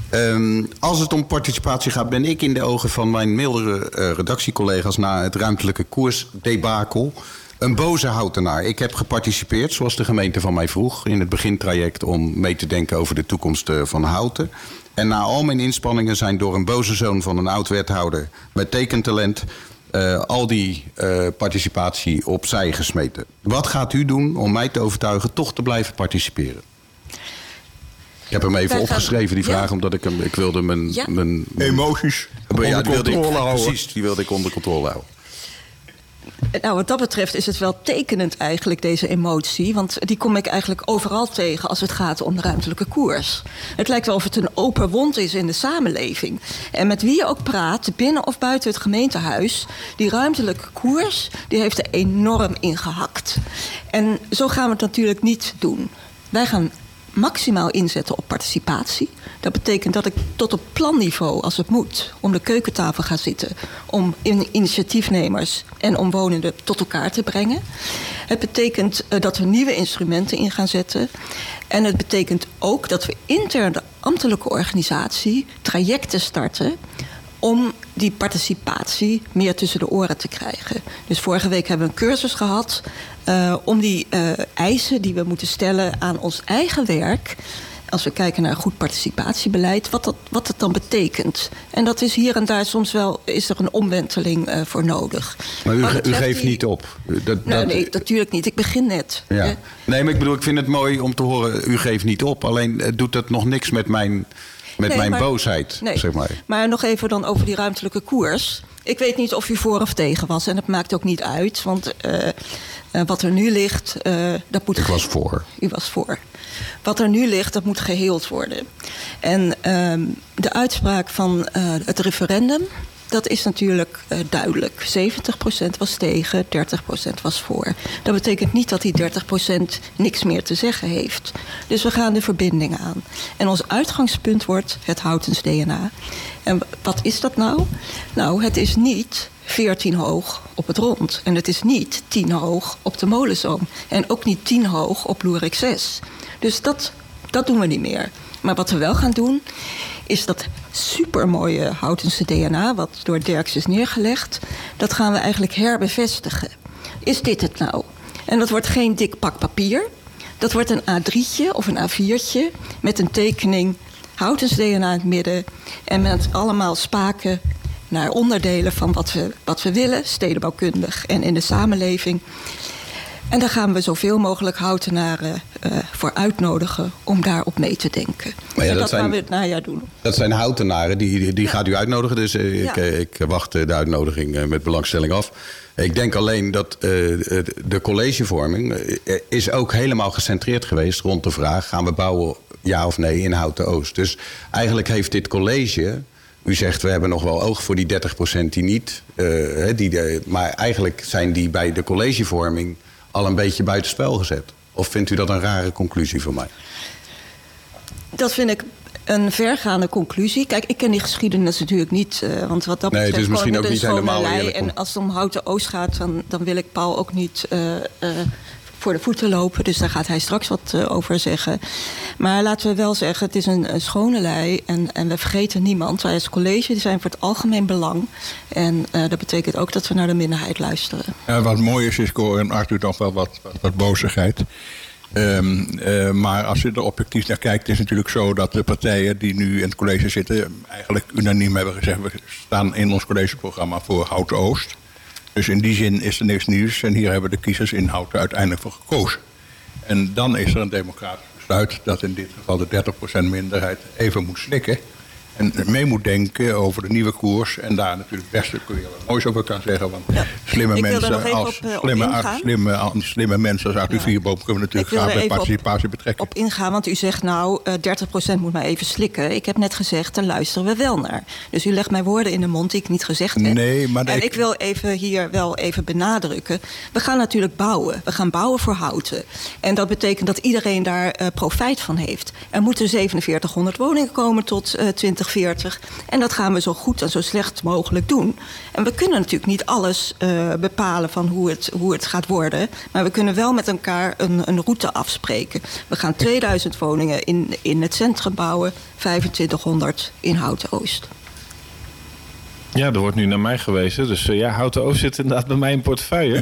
als het om participatie gaat, ben ik in de ogen van mijn mildere redactiecollega's na het ruimtelijke koersdebakel een boze Houtenaar. Ik heb geparticipeerd, zoals de gemeente van mij vroeg, in het begintraject om mee te denken over de toekomst van Houten. En na al mijn inspanningen zijn door een boze zoon van een oud-wethouder met tekentalent al die participatie opzij gesmeten. Wat gaat u doen om mij te overtuigen toch te blijven participeren? Ik heb hem even opgeschreven, die vraag, omdat ik wilde mijn emoties onder controle houden. Precies, die wilde ik onder controle houden. Nou, wat dat betreft is het wel tekenend eigenlijk, deze emotie. Want die kom ik eigenlijk overal tegen als het gaat om de ruimtelijke koers. Het lijkt wel of het een open wond is in de samenleving. En met wie je ook praat, binnen of buiten het gemeentehuis, die ruimtelijke koers, die heeft er enorm ingehakt. En zo gaan we het natuurlijk niet doen. Wij gaan maximaal inzetten op participatie. Dat betekent dat ik tot op planniveau, als het moet, om de keukentafel ga zitten, om initiatiefnemers en omwonenden tot elkaar te brengen. Het betekent dat we nieuwe instrumenten in gaan zetten. En het betekent ook dat we intern de ambtelijke organisatie trajecten starten om die participatie meer tussen de oren te krijgen. Dus vorige week hebben we een cursus gehad om die eisen die we moeten stellen aan ons eigen werk, als we kijken naar goed participatiebeleid, wat het dan betekent. En dat is hier en daar soms wel, is er een omwenteling voor nodig. Maar u geeft niet op? Nee, natuurlijk niet. Ik begin net. Ja. Nee, maar ik vind het mooi om te horen, u geeft niet op. Alleen doet dat nog niks met mijn boosheid, zeg maar. Maar nog even dan over die ruimtelijke koers. Ik weet niet of u voor of tegen was. En dat maakt ook niet uit. Want Wat er nu ligt, dat moet... Ik was voor. U was voor. Wat er nu ligt, dat moet geheeld worden. En de uitspraak van het referendum, dat is natuurlijk duidelijk. 70% was tegen, 30% was voor. Dat betekent niet dat die 30% niks meer te zeggen heeft. Dus we gaan de verbinding aan. En ons uitgangspunt wordt het Houtens DNA. En wat is dat nou? Nou, het is niet 14 hoog op het rond. En het is niet 10 hoog op de molenzoom. En ook niet 10 hoog op Loerik 6. Dus dat doen we niet meer. Maar wat we wel gaan doen, is dat supermooie Houtense DNA, wat door Derks is neergelegd, dat gaan we eigenlijk herbevestigen. Is dit het nou? En dat wordt geen dik pak papier. Dat wordt een A3'tje of een A4'tje met een tekening Houtens DNA in het midden en met allemaal spaken naar onderdelen van wat we willen, stedenbouwkundig en in de samenleving. En daar gaan we zoveel mogelijk Houtenaren voor uitnodigen om daarop mee te denken. Maar ja, en dat gaan we het najaar doen. Dat zijn Houtenaren, die gaat u uitnodigen. Dus ik wacht de uitnodiging met belangstelling af. Ik denk alleen dat de collegevorming is ook helemaal gecentreerd geweest rond de vraag: gaan we bouwen, ja of nee, in Houten-Oost? Dus eigenlijk heeft dit college... U zegt, we hebben nog wel oog voor die 30% die niet. Maar eigenlijk zijn die bij de collegevorming al een beetje buitenspel gezet. Of vindt u dat een rare conclusie van mij? Dat vind ik een vergaande conclusie. Kijk, ik ken die geschiedenis natuurlijk niet. Want wat dat betreft, het is misschien ook niet helemaal eerlijk. En als het om Houten-Oost gaat, dan wil ik Paul ook niet voor de voeten lopen. Dus daar gaat hij straks wat over zeggen. Maar laten we wel zeggen, het is een schone lei. En we vergeten niemand. Wij als college zijn voor het algemeen belang. En dat betekent ook dat we naar de minderheid luisteren. Wat mooi is, ik hoor in Arthur toch wel wat bozigheid. Maar als je er objectief naar kijkt, is het natuurlijk zo dat de partijen die nu in het college zitten eigenlijk unaniem hebben gezegd: we staan in ons collegeprogramma voor Houten-Oost. Dus in die zin is er niks nieuws. En hier hebben de kiezers in Houten uiteindelijk voor gekozen. En dan is er een democratisch besluit dat in dit geval de 30% minderheid even moet slikken. En mee moet denken over de nieuwe koers. En daar natuurlijk best kun je wat moois over kan zeggen. Want slimme mensen als Arthur Vierboom kunnen natuurlijk graag bij participatie betrekken. Op ingaan, want u zegt nou 30% moet maar even slikken. Ik heb net gezegd, daar luisteren we wel naar. Dus u legt mij woorden in de mond die ik niet gezegd heb. Nee, maar en ik wil hier wel even benadrukken. We gaan natuurlijk bouwen. We gaan bouwen voor Houten. En dat betekent dat iedereen daar profijt van heeft. Er moeten 4700 woningen komen tot 2040. En dat gaan we zo goed en zo slecht mogelijk doen. En we kunnen natuurlijk niet alles bepalen van hoe het gaat worden. Maar we kunnen wel met elkaar een route afspreken. We gaan 2000 woningen in het centrum bouwen. 2500 in Houten-Oost. Ja, er wordt nu naar mij gewezen. Dus Houten-Oost zit inderdaad bij mij in portefeuille.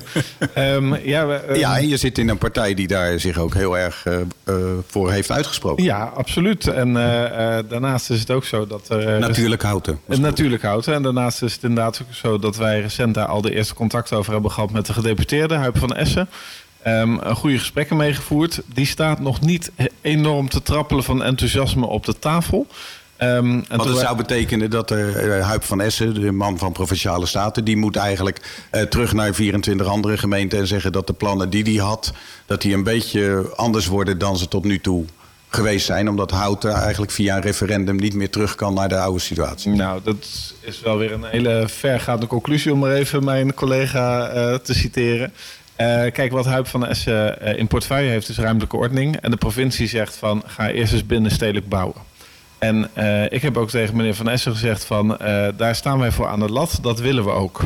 En je zit in een partij die daar zich ook heel erg voor heeft uitgesproken. Ja, absoluut. En daarnaast is het ook zo dat er... Natuurlijk Houten. Natuurlijk Houten. En daarnaast is het inderdaad ook zo dat wij recent daar al de eerste contacten over hebben gehad met de gedeputeerde, Huip van Essen. Goede gesprekken meegevoerd. Die staat nog niet enorm te trappelen van enthousiasme op de tafel. Want dat zou betekenen dat Huip van Essen, de man van Provinciale Staten, die moet eigenlijk terug naar 24 andere gemeenten en zeggen dat de plannen die hij had, dat die een beetje anders worden dan ze tot nu toe geweest zijn. Omdat Houten eigenlijk via een referendum niet meer terug kan naar de oude situatie. Nou, dat is wel weer een hele vergaande conclusie om maar even mijn collega te citeren. Kijk, wat Huip van Essen in portefeuille heeft is ruimtelijke ordening. En de provincie zegt van ga eerst eens binnenstedelijk bouwen. En ik heb ook tegen meneer Van Essen gezegd van daar staan wij voor aan de lat, dat willen we ook.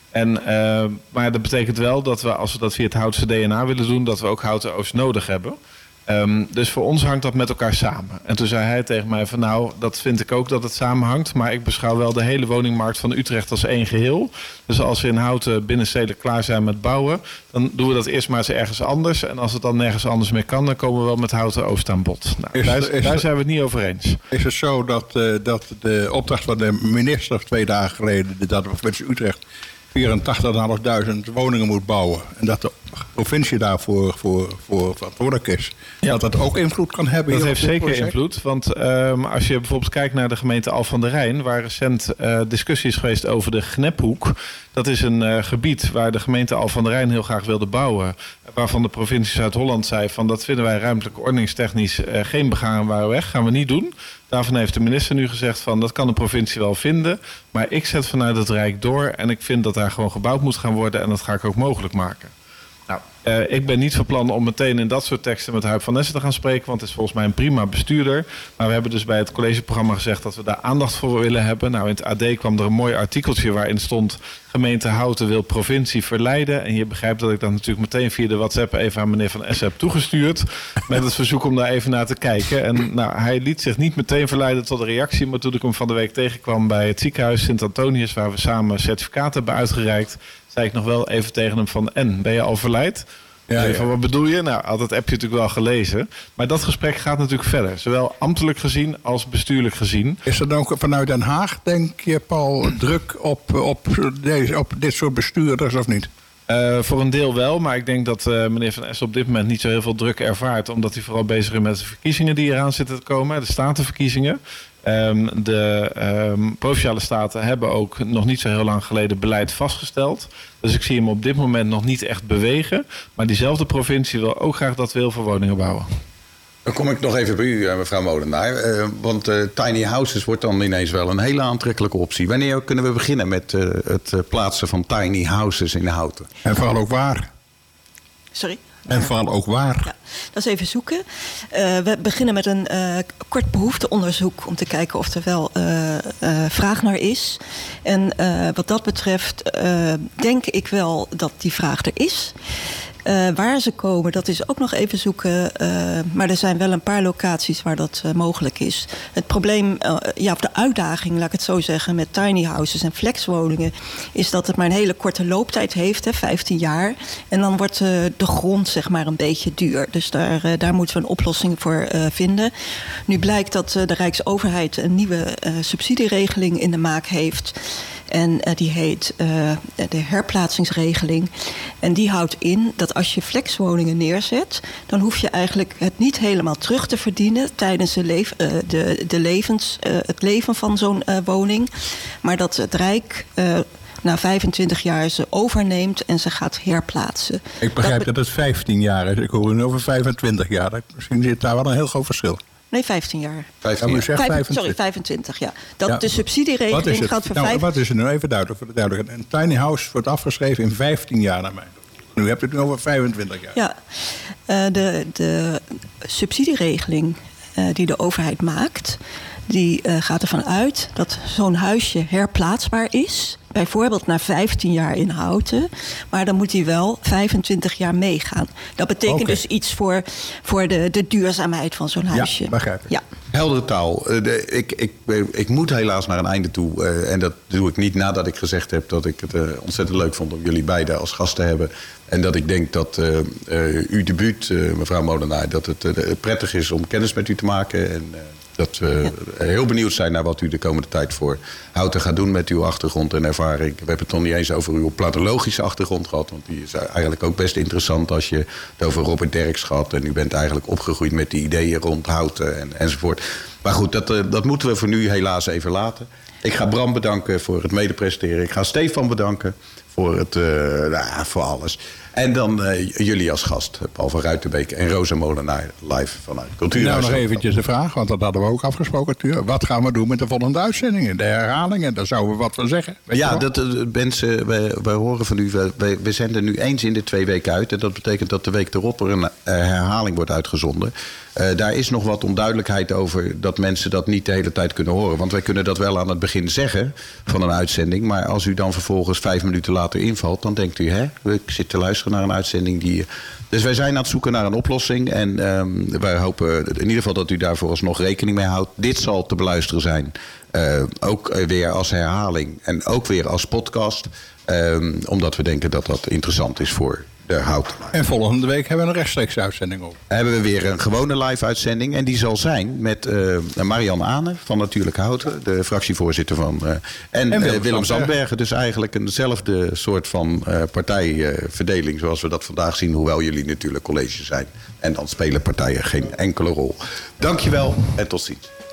Maar dat betekent wel dat we, als we dat via het Houtse DNA willen doen, dat we ook Houten-Oost nodig hebben. Dus voor ons hangt dat met elkaar samen. En toen zei hij tegen mij van nou, dat vind ik ook dat het samenhangt. Maar ik beschouw wel de hele woningmarkt van Utrecht als één geheel. Dus als we in Houten binnenstedelijk klaar zijn met bouwen, dan doen we dat eerst maar eens ergens anders. En als het dan nergens anders meer kan, dan komen we wel met Houten-Oost aan bod. Nou, daar zijn we het niet over eens. Is het zo dat de opdracht van de minister 2 dagen geleden, dat de provincie Utrecht 84.500 woningen moet bouwen. En dat de provincie daarvoor voor verantwoordelijk is, dat dat ook invloed kan hebben? Dat heeft zeker invloed. Want als je bijvoorbeeld kijkt naar de gemeente Al van der Rijn, waar recent discussie is geweest over de Gnephoek. Dat is een gebied waar de gemeente Al van der Rijn heel graag wilde bouwen. Waarvan de provincie Zuid-Holland zei van dat vinden wij ruimtelijk ordeningstechnisch geen begaanbare weg. Gaan we niet doen. Daarvan heeft de minister nu gezegd van dat kan de provincie wel vinden. Maar ik zet vanuit het Rijk door en ik vind dat daar gewoon gebouwd moet gaan worden. En dat ga ik ook mogelijk maken. Nou, ik ben niet van plan om meteen in dat soort teksten met Huib van Nessen te gaan spreken. Want het is volgens mij een prima bestuurder. Maar we hebben dus bij het collegeprogramma gezegd dat we daar aandacht voor willen hebben. Nou, in het AD kwam er een mooi artikeltje waarin stond: gemeente Houten wil provincie verleiden. En je begrijpt dat ik dat natuurlijk meteen via de WhatsApp even aan meneer Van Essen heb toegestuurd. Met het verzoek om daar even naar te kijken. En nou, hij liet zich niet meteen verleiden tot een reactie. Maar toen ik hem van de week tegenkwam bij het ziekenhuis Sint-Antonius, waar we samen certificaten hebben uitgereikt, zei ik nog wel even tegen hem van: en, ben je al verleid? Ja. Van, wat bedoel je? Nou, had het appje natuurlijk wel gelezen. Maar dat gesprek gaat natuurlijk verder. Zowel ambtelijk gezien als bestuurlijk gezien. Is er dan ook vanuit Den Haag, denk je, Paul, druk op dit soort bestuurders of niet? Voor een deel wel, maar ik denk dat meneer Van Essen op dit moment niet zo heel veel druk ervaart. Omdat hij vooral bezig is met de verkiezingen die eraan zitten te komen. De statenverkiezingen. De Provinciale Staten hebben ook nog niet zo heel lang geleden beleid vastgesteld. Dus ik zie hem op dit moment nog niet echt bewegen. Maar diezelfde provincie wil ook graag dat we heel veel woningen bouwen. Dan kom ik nog even bij u, mevrouw Molenaar. Want tiny houses wordt dan ineens wel een hele aantrekkelijke optie. Wanneer kunnen we beginnen met het plaatsen van tiny houses in Houten? En vooral ook waar. Sorry? En vooral ook waar. Ja, dat is even zoeken. We beginnen met een kort behoefteonderzoek om te kijken of er wel vraag naar is. En wat dat betreft denk ik wel dat die vraag er is. Waar ze komen, dat is ook nog even zoeken. Maar er zijn wel een paar locaties waar dat mogelijk is. Het probleem, of de uitdaging, laat ik het zo zeggen, met tiny houses en flexwoningen, is dat het maar een hele korte looptijd heeft, 15 jaar. En dan wordt de grond zeg maar een beetje duur. Dus daar moeten we een oplossing voor vinden. Nu blijkt dat de Rijksoverheid een nieuwe subsidieregeling in de maak heeft. En die heet de herplaatsingsregeling. En die houdt in dat als je flexwoningen neerzet, dan hoef je eigenlijk het niet helemaal terug te verdienen tijdens het leven van zo'n woning. Maar dat het Rijk na 25 jaar ze overneemt en ze gaat herplaatsen. Ik begrijp dat het 15 jaar is. Ik hoor nu over 25 jaar. Misschien zit daar wel een heel groot verschil. Nee, 15 jaar. 15 jaar. 25, ja. De subsidieregeling gaat voor 5... Wat is er nu even duidelijk voor de duidelijkheid? Een tiny house wordt afgeschreven in 15 jaar naar mij. Nu heb je het nu over 25 jaar. Ja, de subsidieregeling die de overheid maakt, die gaat ervan uit dat zo'n huisje herplaatsbaar is. Bijvoorbeeld na 15 jaar in Houten. Maar dan moet hij wel 25 jaar meegaan. Dat betekent dus iets voor de duurzaamheid van zo'n huisje. Ja, begrijp ik. Ja. Heldere taal. Ik moet helaas naar een einde toe. En dat doe ik niet nadat ik gezegd heb dat ik het ontzettend leuk vond om jullie beiden als gast te hebben. En dat ik denk dat uw debuut, mevrouw Molenaar, dat het prettig is om kennis met u te maken. En dat we heel benieuwd zijn naar wat u de komende tijd voor Houten gaat doen met uw achtergrond en ervaring. We hebben het nog niet eens over uw planologische achtergrond gehad. Want die is eigenlijk ook best interessant als je het over Robert Derks gehad. En u bent eigenlijk opgegroeid met die ideeën rond Houten enzovoort. Maar goed, dat moeten we voor nu helaas even laten. Ik ga Bram bedanken voor het medepresteren. Ik ga Stefan bedanken voor alles. En dan jullie als gast, Paul van Ruitenbeek en Rosa Molenaar, live vanuit Cultuurhuis. Nou, nog eventjes de vraag, want dat hadden we ook afgesproken natuurlijk. Wat gaan we doen met de volgende uitzendingen? De herhalingen, daar zouden we wat van zeggen. Mensen, wij horen van u, we zenden nu eens in de 2 weken uit. En dat betekent dat de week erop er een herhaling wordt uitgezonden. Daar is nog wat onduidelijkheid over dat mensen dat niet de hele tijd kunnen horen. Want wij kunnen dat wel aan het begin zeggen van een uitzending. Maar als u dan vervolgens 5 minuten later invalt, dan denkt u, ik zit te luisteren naar een uitzending die... Dus wij zijn aan het zoeken naar een oplossing. En wij hopen in ieder geval dat u daar vooralsnog rekening mee houdt. Dit zal te beluisteren zijn. Ook weer als herhaling en ook weer als podcast. Omdat we denken dat dat interessant is voor de Houten. En volgende week hebben we een rechtstreekse uitzending op. Hebben we weer een gewone live-uitzending. En die zal zijn met Marianne Ahne van Natuurlijk Houten, de fractievoorzitter van. En Willem Zandbergen. Dus eigenlijk eenzelfde soort van partijverdeling zoals we dat vandaag zien. Hoewel jullie natuurlijk college zijn. En dan spelen partijen geen enkele rol. Dankjewel en tot ziens.